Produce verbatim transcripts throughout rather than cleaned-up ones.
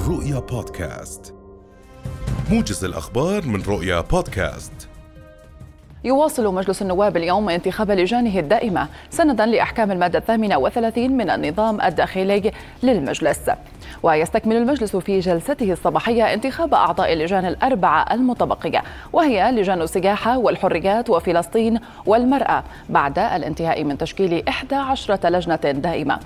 رؤيا بودكاست، موجز الأخبار من رؤيا بودكاست. يواصل مجلس النواب اليوم انتخاب لجانه الدائمة سندا لأحكام المادة الثامنة والثلاثين من النظام الداخلي للمجلس، ويستكمل المجلس في جلسته الصباحية انتخاب أعضاء اللجان الأربعة المتبقية، وهي لجان السياحة والحريات وفلسطين والمرأة، بعد الانتهاء من تشكيل إحدى عشرة لجنة دائمة.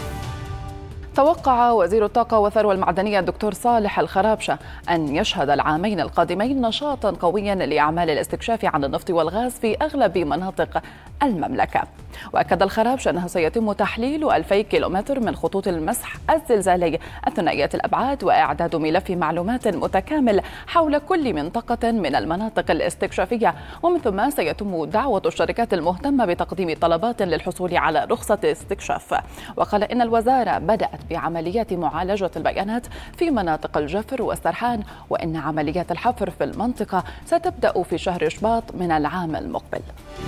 توقع وزير الطاقة والثروة المعدنية الدكتور صالح الخرابشة أن يشهد العامين القادمين نشاطا قويا لأعمال الاستكشاف عن النفط والغاز في أغلب مناطق المملكة. وأكد الخرابشة أنه سيتم تحليل ألفي كيلومتر من خطوط المسح الزلزالي الثنائية الأبعاد وإعداد ملف معلومات متكامل حول كل منطقة من المناطق الاستكشافية، ومن ثم سيتم دعوة الشركات المهتمة بتقديم طلبات للحصول على رخصة استكشاف. وقال إن الوزارة بدأت بعمليات معالجة البيانات في مناطق الجفر والسرحان، وإن عمليات الحفر في المنطقة ستبدأ في شهر شباط من العام المقبل.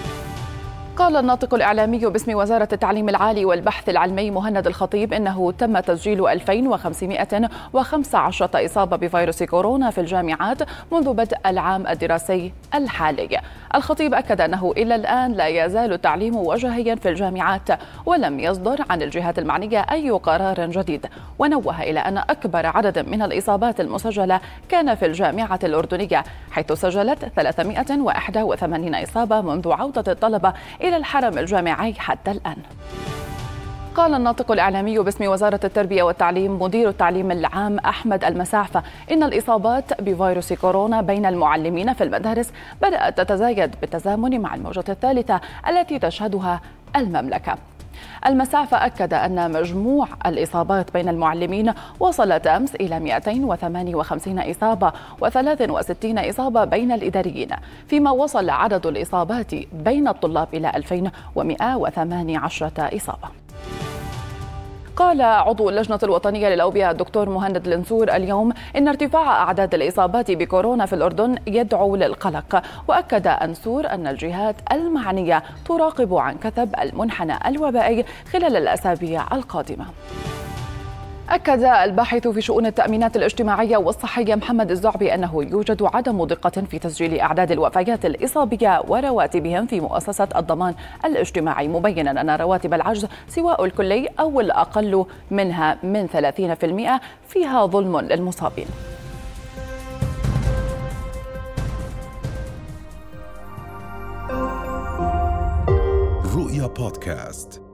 قال الناطق الإعلامي باسم وزارة التعليم العالي والبحث العلمي مهند الخطيب إنه تم تسجيل ألفين وخمسمائة وخمسة عشر إصابة بفيروس كورونا في الجامعات منذ بدء العام الدراسي الحالي. الخطيب أكد أنه إلى الآن لا يزال التعليم وجهيا في الجامعات، ولم يصدر عن الجهات المعنية أي قرار جديد، ونوه إلى أن أكبر عدد من الإصابات المسجلة كان في الجامعة الأردنية، حيث سجلت ثلاثمائة وواحد وثمانين إصابة منذ عودة الطلبة إلى الحرم الجامعي حتى الآن. قال الناطق الإعلامي باسم وزارة التربية والتعليم مدير التعليم العام أحمد المساعفة إن الإصابات بفيروس كورونا بين المعلمين في المدارس بدأت تتزايد بالتزامن مع الموجة الثالثة التي تشهدها المملكة. المساعفة أكد أن مجموع الإصابات بين المعلمين وصلت أمس إلى مئتين وثمانية وخمسين إصابة وثلاث وستين إصابة بين الإداريين، فيما وصل عدد الإصابات بين الطلاب إلى ألفين ومئة وثمانية عشر إصابة. قال عضو اللجنة الوطنية للأوبئة الدكتور مهند النسور اليوم إن ارتفاع أعداد الإصابات بكورونا في الأردن يدعو للقلق، وأكد النسور أن الجهات المعنية تراقب عن كثب المنحنى الوبائي خلال الأسابيع القادمة. أكد الباحث في شؤون التأمينات الاجتماعية والصحية محمد الزعبي أنه يوجد عدم دقة في تسجيل أعداد الوفيات الإصابية ورواتبهم في مؤسسة الضمان الاجتماعي، مبينا أن رواتب العجز سواء الكلي أو الأقل منها من ثلاثين بالمئة فيها ظلم للمصابين. رؤيا بودكاست.